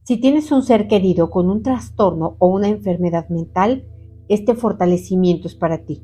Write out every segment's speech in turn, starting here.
Si tienes un ser querido con un trastorno o una enfermedad mental, este fortalecimiento es para ti.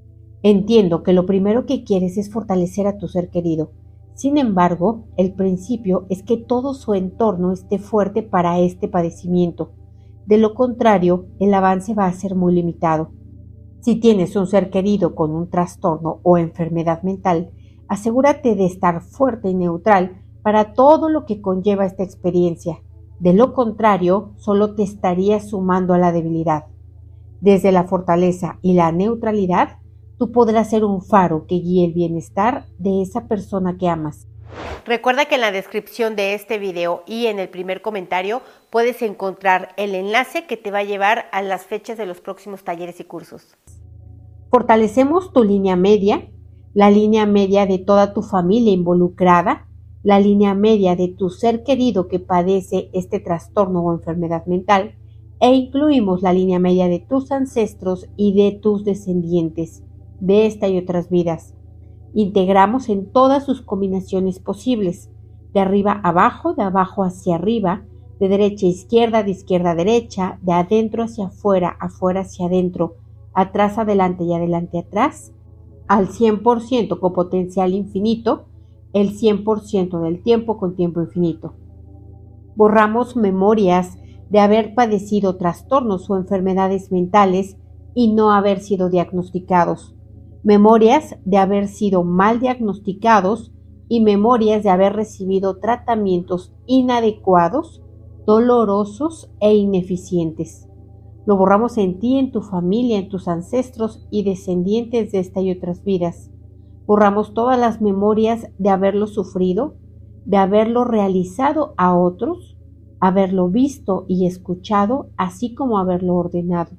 Entiendo que lo primero que quieres es fortalecer a tu ser querido. Sin embargo, el principio es que todo su entorno esté fuerte para este padecimiento. De lo contrario, el avance va a ser muy limitado. Si tienes un ser querido con un trastorno o enfermedad mental, asegúrate de estar fuerte y neutral para todo lo que conlleva esta experiencia. De lo contrario, solo te estarías sumando a la debilidad. Desde la fortaleza y la neutralidad, tú podrás ser un faro que guíe el bienestar de esa persona que amas. Recuerda que en la descripción de este video y en el primer comentario puedes encontrar el enlace que te va a llevar a las fechas de los próximos talleres y cursos. Fortalecemos tu línea media, la línea media de toda tu familia involucrada, la línea media de tu ser querido que padece este trastorno o enfermedad mental, e incluimos la línea media de tus ancestros y de tus descendientes, de esta y otras vidas. Integramos en todas sus combinaciones posibles, de arriba a abajo, de abajo hacia arriba, de derecha a izquierda, de izquierda a derecha, de adentro hacia afuera, afuera hacia adentro, atrás adelante y adelante atrás, al 100% con potencial infinito, el 100% del tiempo con tiempo infinito. Borramos memorias de haber padecido trastornos o enfermedades mentales y no haber sido diagnosticados. Memorias de haber sido mal diagnosticados y memorias de haber recibido tratamientos inadecuados, dolorosos e ineficientes. Lo borramos en ti, en tu familia, en tus ancestros y descendientes de esta y otras vidas. Borramos todas las memorias de haberlo sufrido, de haberlo realizado a otros, haberlo visto y escuchado, así como haberlo ordenado.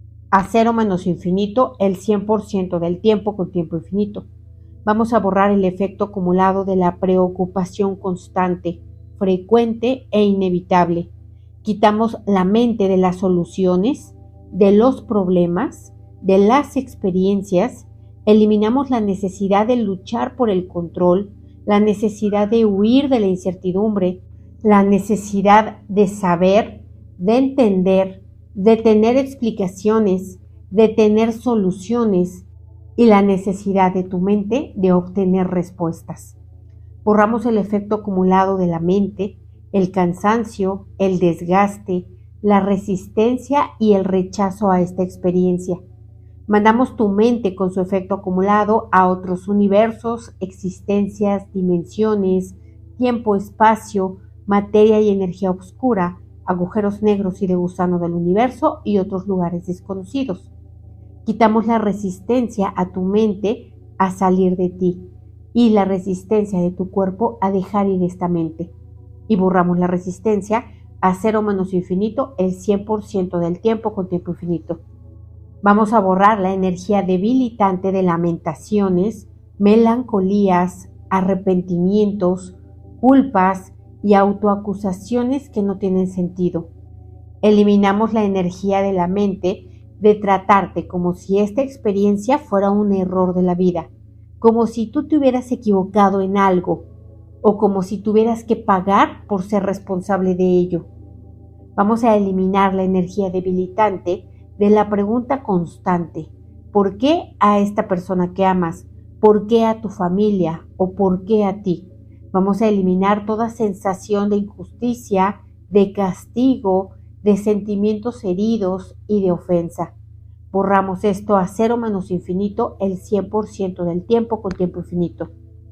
A cero menos infinito, el 100% del tiempo con tiempo infinito. Vamos a borrar el efecto acumulado de la preocupación constante, frecuente e inevitable. Quitamos la mente de las soluciones, de los problemas, de las experiencias. Eliminamos la necesidad de luchar por el control, la necesidad de huir de la incertidumbre, la necesidad de saber, de entender, de tener explicaciones, de tener soluciones y la necesidad de tu mente de obtener respuestas. Borramos el efecto acumulado de la mente, el cansancio, el desgaste, la resistencia y el rechazo a esta experiencia. Mandamos tu mente con su efecto acumulado a otros universos, existencias, dimensiones, tiempo, espacio, materia y energía oscura, agujeros negros y de gusano del universo y otros lugares desconocidos. Quitamos la resistencia a tu mente a salir de ti y la resistencia de tu cuerpo a dejar ir esta mente. Y borramos la resistencia a cero menos infinito, el 100% del tiempo con tiempo infinito. Vamos a borrar la energía debilitante de lamentaciones, melancolías, arrepentimientos, culpas y autoacusaciones que no tienen sentido. Eliminamos la energía de la mente de tratarte como si esta experiencia fuera un error de la vida, como si tú te hubieras equivocado en algo o como si tuvieras que pagar por ser responsable de ello. Vamos a eliminar la energía debilitante de la pregunta constante: ¿por qué a esta persona que amas? ¿Por qué a tu familia? ¿O por qué a ti? Vamos a eliminar toda sensación de injusticia, de castigo, de sentimientos heridos y de ofensa. Borramos esto a cero menos infinito, el 100% del tiempo con tiempo infinito.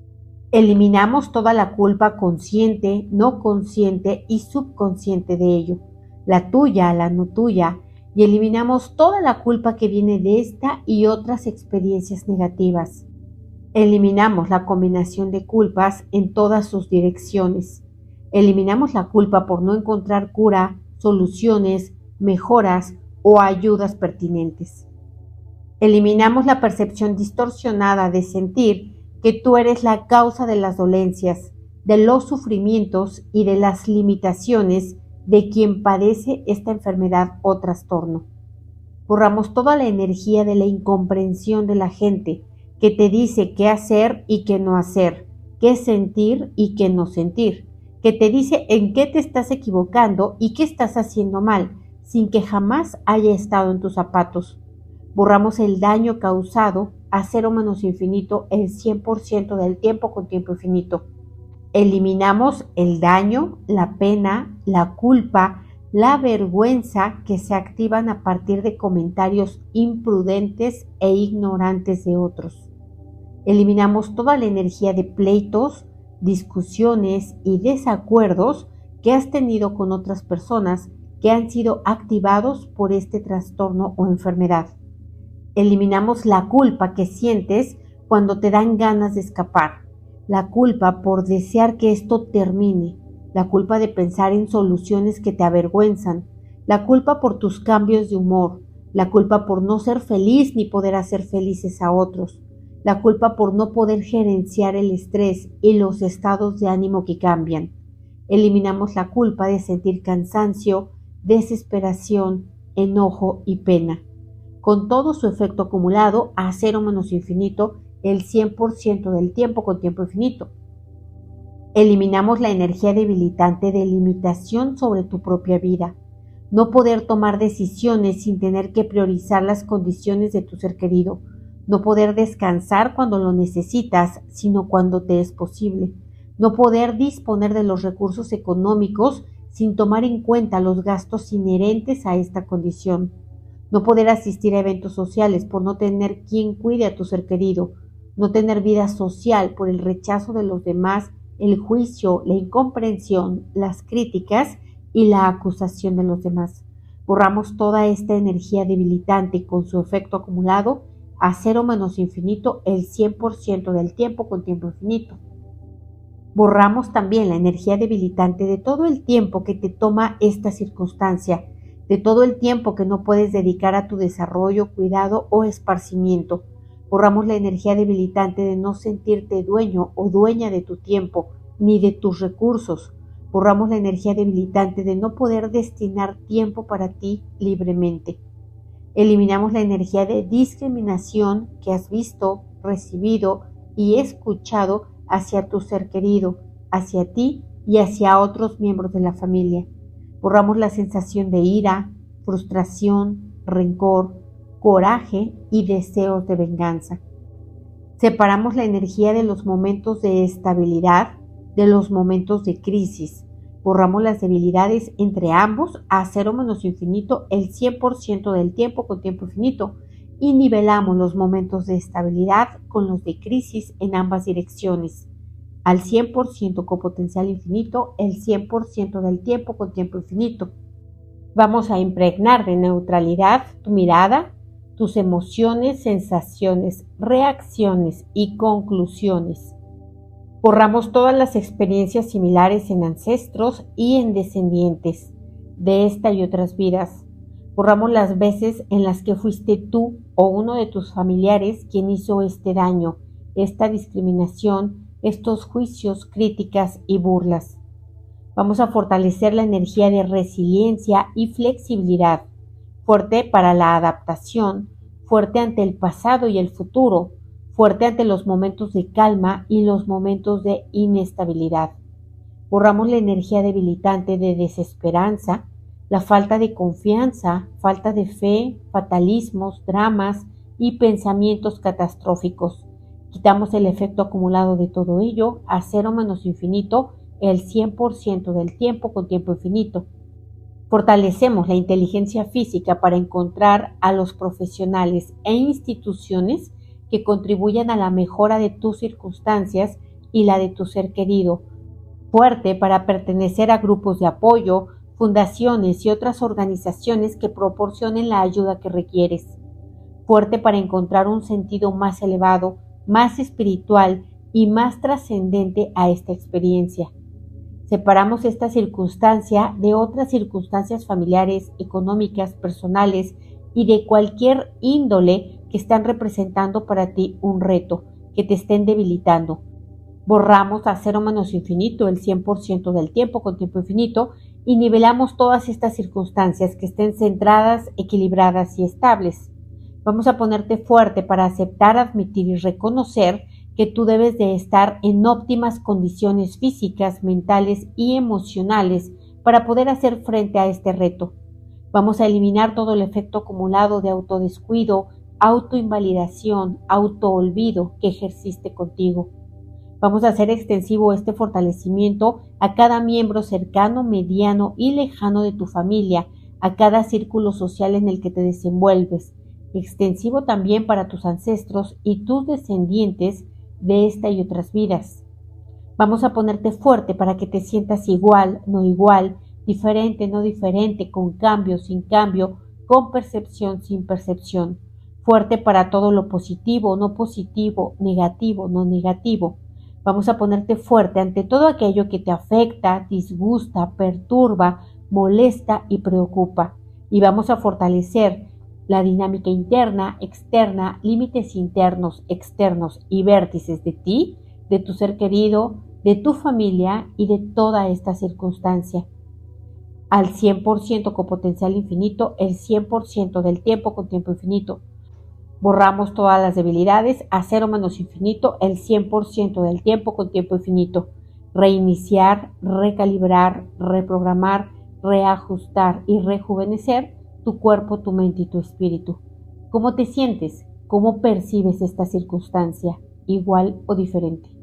Eliminamos toda la culpa consciente, no consciente y subconsciente de ello, la tuya, la no tuya, y eliminamos toda la culpa que viene de esta y otras experiencias negativas. Eliminamos la combinación de culpas en todas sus direcciones. Eliminamos la culpa por no encontrar cura, soluciones, mejoras o ayudas pertinentes. Eliminamos la percepción distorsionada de sentir que tú eres la causa de las dolencias, de los sufrimientos y de las limitaciones de quien padece esta enfermedad o trastorno. Borramos toda la energía de la incomprensión de la gente que te dice qué hacer y qué no hacer, qué sentir y qué no sentir, que te dice en qué te estás equivocando y qué estás haciendo mal, sin que jamás haya estado en tus zapatos. Borramos el daño causado a cero menos infinito el 100% del tiempo con tiempo infinito. Eliminamos el daño, la pena, la culpa, la vergüenza que se activan a partir de comentarios imprudentes e ignorantes de otros. Eliminamos toda la energía de pleitos, discusiones y desacuerdos que has tenido con otras personas que han sido activados por este trastorno o enfermedad. Eliminamos la culpa que sientes cuando te dan ganas de escapar, la culpa por desear que esto termine, la culpa de pensar en soluciones que te avergüenzan, la culpa por tus cambios de humor, la culpa por no ser feliz ni poder hacer felices a otros, la culpa por no poder gerenciar el estrés y los estados de ánimo que cambian. Eliminamos la culpa de sentir cansancio, desesperación, enojo y pena. Con todo su efecto acumulado a cero menos infinito el 100% del tiempo con tiempo infinito. Eliminamos la energía debilitante de limitación sobre tu propia vida. No poder tomar decisiones sin tener que priorizar las condiciones de tu ser querido. No poder descansar cuando lo necesitas, sino cuando te es posible. No poder disponer de los recursos económicos sin tomar en cuenta los gastos inherentes a esta condición. No poder asistir a eventos sociales por no tener quien cuide a tu ser querido. No tener vida social por el rechazo de los demás, el juicio, la incomprensión, las críticas y la acusación de los demás. Borramos toda esta energía debilitante con su efecto acumulado a cero menos infinito el 100% del tiempo con tiempo infinito. Borramos también la energía debilitante de todo el tiempo que te toma esta circunstancia, de todo el tiempo que no puedes dedicar a tu desarrollo, cuidado o esparcimiento. Borramos la energía debilitante de no sentirte dueño o dueña de tu tiempo, ni de tus recursos. Borramos la energía debilitante de no poder destinar tiempo para ti libremente. Eliminamos la energía de discriminación que has visto, recibido y escuchado hacia tu ser querido, hacia ti y hacia otros miembros de la familia. Borramos la sensación de ira, frustración, rencor, coraje y deseos de venganza. Separamos la energía de los momentos de estabilidad de los momentos de crisis. Borramos las debilidades entre ambos a cero menos infinito el 100% del tiempo con tiempo infinito y nivelamos los momentos de estabilidad con los de crisis en ambas direcciones al 100% con potencial infinito el 100% del tiempo con tiempo infinito. Vamos a impregnar de neutralidad tu mirada, tus emociones, sensaciones, reacciones y conclusiones. Borramos todas las experiencias similares en ancestros y en descendientes de esta y otras vidas. Borramos las veces en las que fuiste tú o uno de tus familiares quien hizo este daño, esta discriminación, estos juicios, críticas y burlas. Vamos a fortalecer la energía de resiliencia y flexibilidad, fuerte para la adaptación, fuerte ante el pasado y el futuro, fuerte ante los momentos de calma y los momentos de inestabilidad. Borramos la energía debilitante de desesperanza, la falta de confianza, falta de fe, fatalismos, dramas y pensamientos catastróficos. Quitamos el efecto acumulado de todo ello a cero menos infinito el 100% del tiempo con tiempo infinito. Fortalecemos la inteligencia física para encontrar a los profesionales e instituciones que contribuyan a la mejora de tus circunstancias y la de tu ser querido. Fuerte para pertenecer a grupos de apoyo, fundaciones y otras organizaciones que proporcionen la ayuda que requieres. Fuerte para encontrar un sentido más elevado, más espiritual y más trascendente a esta experiencia. Separamos esta circunstancia de otras circunstancias familiares, económicas, personales y de cualquier índole que están representando para ti un reto, que te estén debilitando. Borramos a cero menos infinito el 100% del tiempo con tiempo infinito y nivelamos todas estas circunstancias que estén centradas, equilibradas y estables. Vamos a ponerte fuerte para aceptar, admitir y reconocer que tú debes de estar en óptimas condiciones físicas, mentales y emocionales para poder hacer frente a este reto. Vamos a eliminar todo el efecto acumulado de autodescuido, autoinvalidación, autoolvido que ejerciste contigo. Vamos a hacer extensivo este fortalecimiento a cada miembro cercano, mediano y lejano de tu familia, a cada círculo social en el que te desenvuelves, extensivo también para tus ancestros y tus descendientes de esta y otras vidas. Vamos a ponerte fuerte para que te sientas igual, no igual, diferente, no diferente, con cambio, sin cambio, con percepción, sin percepción. Fuerte para todo lo positivo, no positivo, negativo, no negativo. Vamos a ponerte fuerte ante todo aquello que te afecta, disgusta, perturba, molesta y preocupa. Y vamos a fortalecer la dinámica interna, externa, límites internos, externos y vértices de ti, de tu ser querido, de tu familia y de toda esta circunstancia. Al 100% con potencial infinito, el 100% del tiempo con tiempo infinito. Borramos todas las debilidades a 0 menos infinito, el 100% del tiempo con tiempo infinito. Reiniciar, recalibrar, reprogramar, reajustar y rejuvenecer tu cuerpo, tu mente y tu espíritu. ¿Cómo te sientes? ¿Cómo percibes esta circunstancia? ¿Igual o diferente?